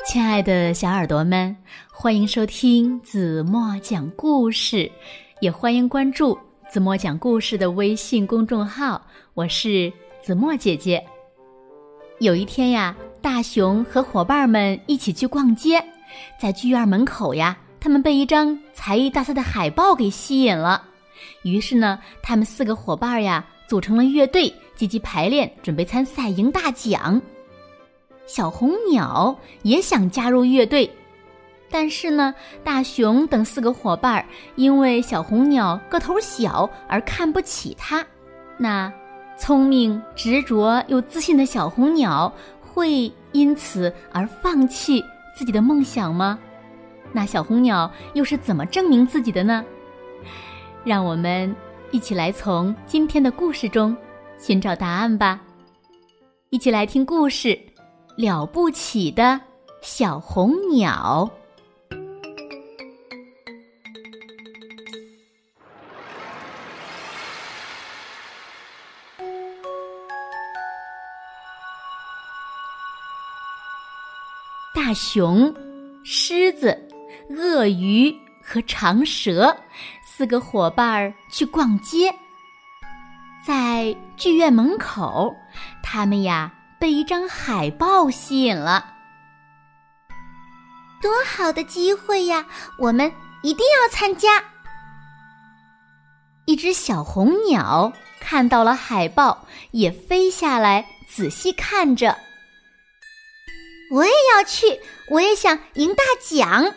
亲爱的小耳朵们，欢迎收听子墨讲故事，也欢迎关注子墨讲故事的微信公众号，我是子墨姐姐。有一天呀，大熊和伙伴们一起去逛街，在剧院门口呀，他们被一张才艺大赛的海报给吸引了。于是呢，他们4个伙伴呀组成了乐队，积极排练，准备参赛赢大奖。小红鸟也想加入乐队，但是呢，大熊等4个伙伴因为小红鸟个头小而看不起它。那聪明、执着又自信的小红鸟会因此而放弃自己的梦想吗？那小红鸟又是怎么证明自己的呢？让我们一起来从今天的故事中寻找答案吧。一起来听故事，了不起的小红鸟。大熊、狮子、鳄鱼和长蛇4个伙伴去逛街。在剧院门口，他们呀被一张海报吸引了。 多好的机会呀，我们一定要参加。 一只小红鸟看到了海报，也飞下来仔细看着。 我也要去，我也想赢大奖。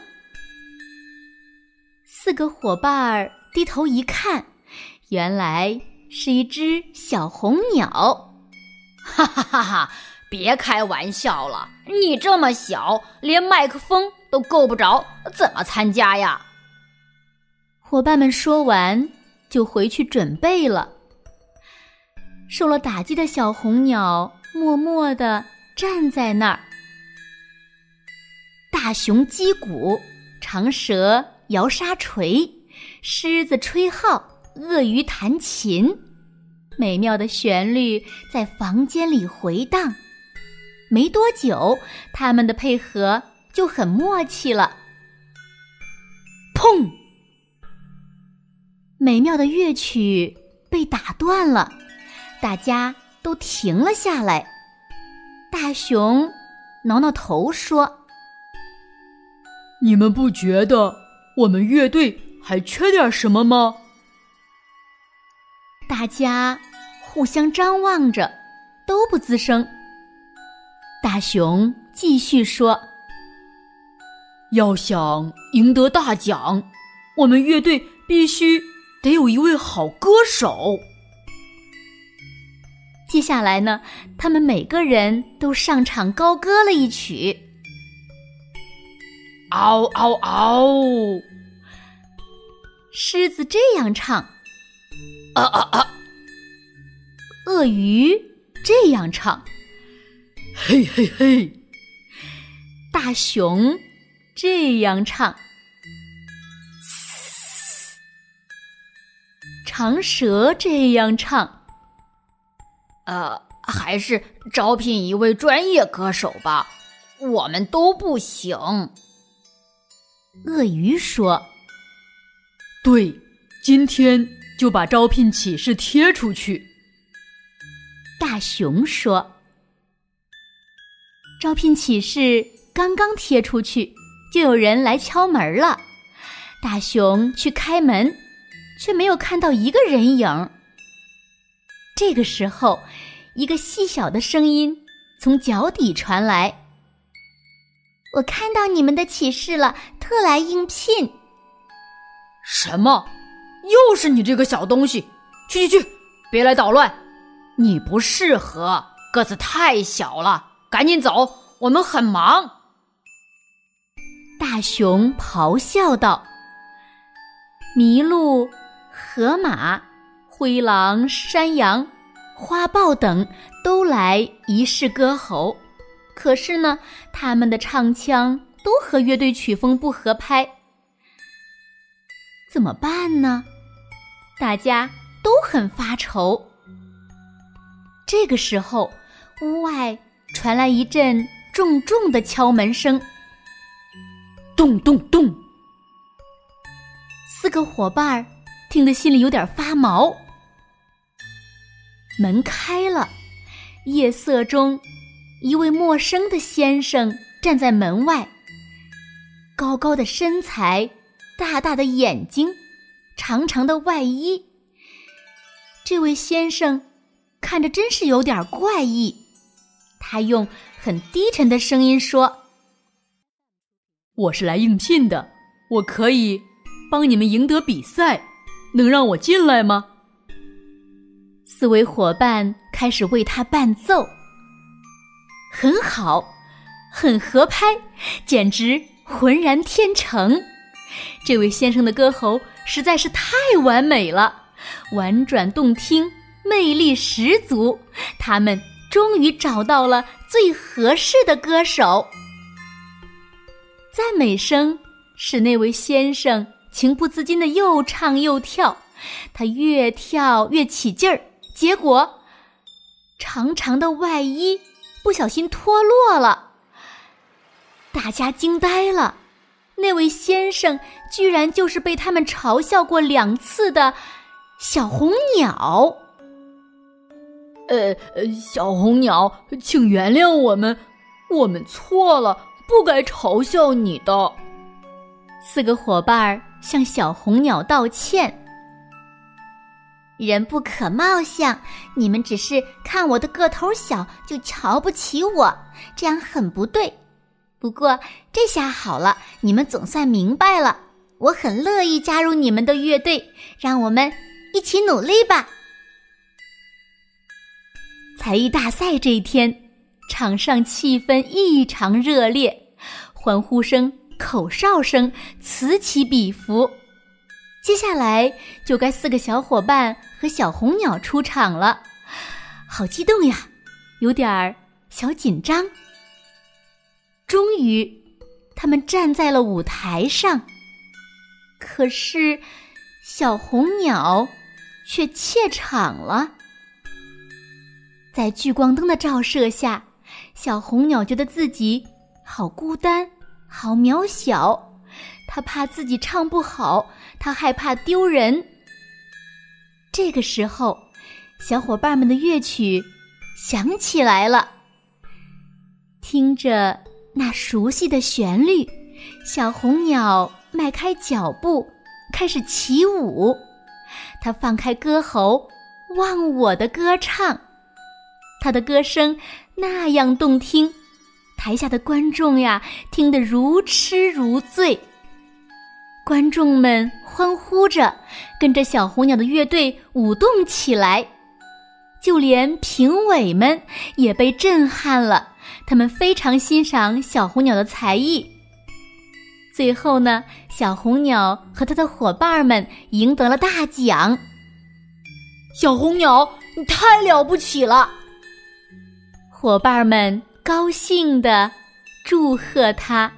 4个伙伴低头一看，原来是一只小红鸟。 哈哈哈哈！别开玩笑了，你这么小，连麦克风都够不着，怎么参加呀？ 伙伴们说完就回去准备了。受了打击的小红鸟默默地站在那儿。大熊击鼓，长蛇摇沙锤，狮子吹号，鳄鱼弹琴，美妙的旋律在房间里回荡。没多久，他们的配合就很默契了。砰！美妙的乐曲被打断了，大家都停了下来。大熊挠挠头说： 你们不觉得我们乐队还缺点什么吗？ 大家互相张望着，都不吱声。大熊继续说： 要想赢得大奖，我们乐队必须得有一位好歌手。 接下来呢，他们每个人都上场高歌了一曲。 嗷嗷嗷！ 狮子这样唱。鳄鱼这样唱。 嘿嘿嘿！ 大熊这样唱。长蛇这样唱。 还是招聘一位专业歌手吧，我们都不行。 鳄鱼说： 对，今天就把招聘启事贴出去。 大熊说：招聘启事刚刚贴出去，就有人来敲门了。大熊去开门，却没有看到一个人影。这个时候，一个细小的声音从脚底传来： 我看到你们的启事了，特来应聘。 什么？又是你这个小东西！去，别来捣乱！你不适合，个子太小了，赶紧走，我们很忙。 大熊咆哮道。麋鹿、河马、灰狼、山羊、花豹等都来一试歌喉，可是呢，他们的唱腔都和乐队曲风不合拍。怎么办呢？大家都很发愁。这个时候，屋外传来一阵重重的敲门声， 咚咚咚。 4个伙伴听得心里有点发毛。门开了，夜色中，一位陌生的先生站在门外。高高的身材，大大的眼睛，长长的外衣。这位先生看着真是有点怪异。他用很低沉的声音说： 我是来应聘的，我可以帮你们赢得比赛，能让我进来吗 ？4位伙伴开始为他伴奏。很好，很合拍，简直浑然天成。这位先生的歌喉实在是太完美了，婉转动听，魅力十足。他们终于找到了最合适的歌手。赞美声使那位先生情不自禁地又唱又跳，他越跳越起劲儿，结果长长的外衣不小心脱落了。大家惊呆了，那位先生居然就是被他们嘲笑过2次的小红鸟。 小红鸟，请原谅我们，我们错了，不该嘲笑你的。 4个伙伴向小红鸟道歉。 人不可貌相，你们只是看我的个头小就瞧不起我，这样很不对。不过这下好了，你们总算明白了，我很乐意加入你们的乐队，让我们一起努力吧。 才艺大赛这一天，场上气氛异常热烈，欢呼声、口哨声此起彼伏。接下来就该4个小伙伴和小红鸟出场了，好激动呀，有点小紧张。终于，他们站在了舞台上，可是小红鸟却怯场了。在聚光灯的照射下，小红鸟觉得自己好孤单，好渺小。他怕自己唱不好，他害怕丢人。这个时候，小伙伴们的乐曲响起来了。听着那熟悉的旋律，小红鸟迈开脚步，开始起舞。它放开歌喉，忘我的歌唱。他的歌声那样动听，台下的观众呀，听得如痴如醉。观众们欢呼着，跟着小红鸟的乐队舞动起来。就连评委们也被震撼了，他们非常欣赏小红鸟的才艺。最后呢，小红鸟和他的伙伴们赢得了大奖。 小红鸟，你太了不起了！ 伙伴们高兴地祝贺他。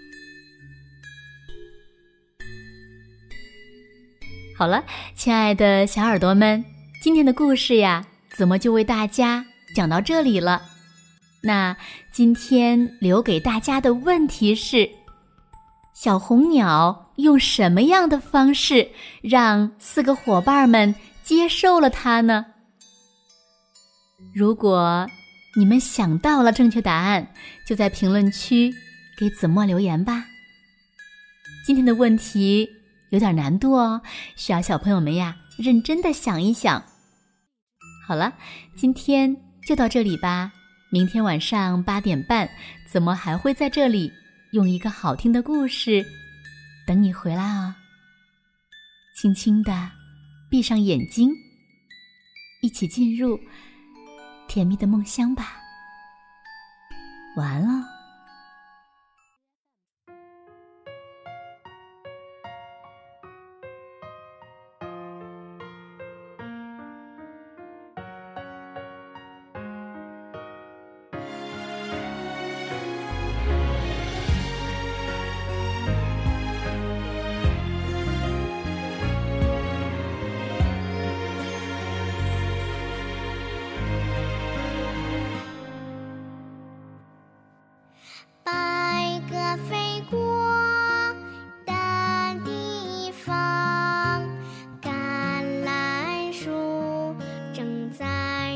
好了，亲爱的小耳朵们，今天的故事呀，子墨就为大家讲到这里了。那今天留给大家的问题是：小红鸟用什么样的方式让4个伙伴们接受了它呢？如果你们想到了正确答案，就在评论区给子墨留言吧。今天的问题有点难度哦，需要小朋友们呀认真的想一想。好了，今天就到这里吧。明天晚上8点半，子墨还会在这里用一个好听的故事等你回来哦。轻轻地闭上眼睛，一起进入甜蜜的梦乡吧。晚安喽。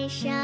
上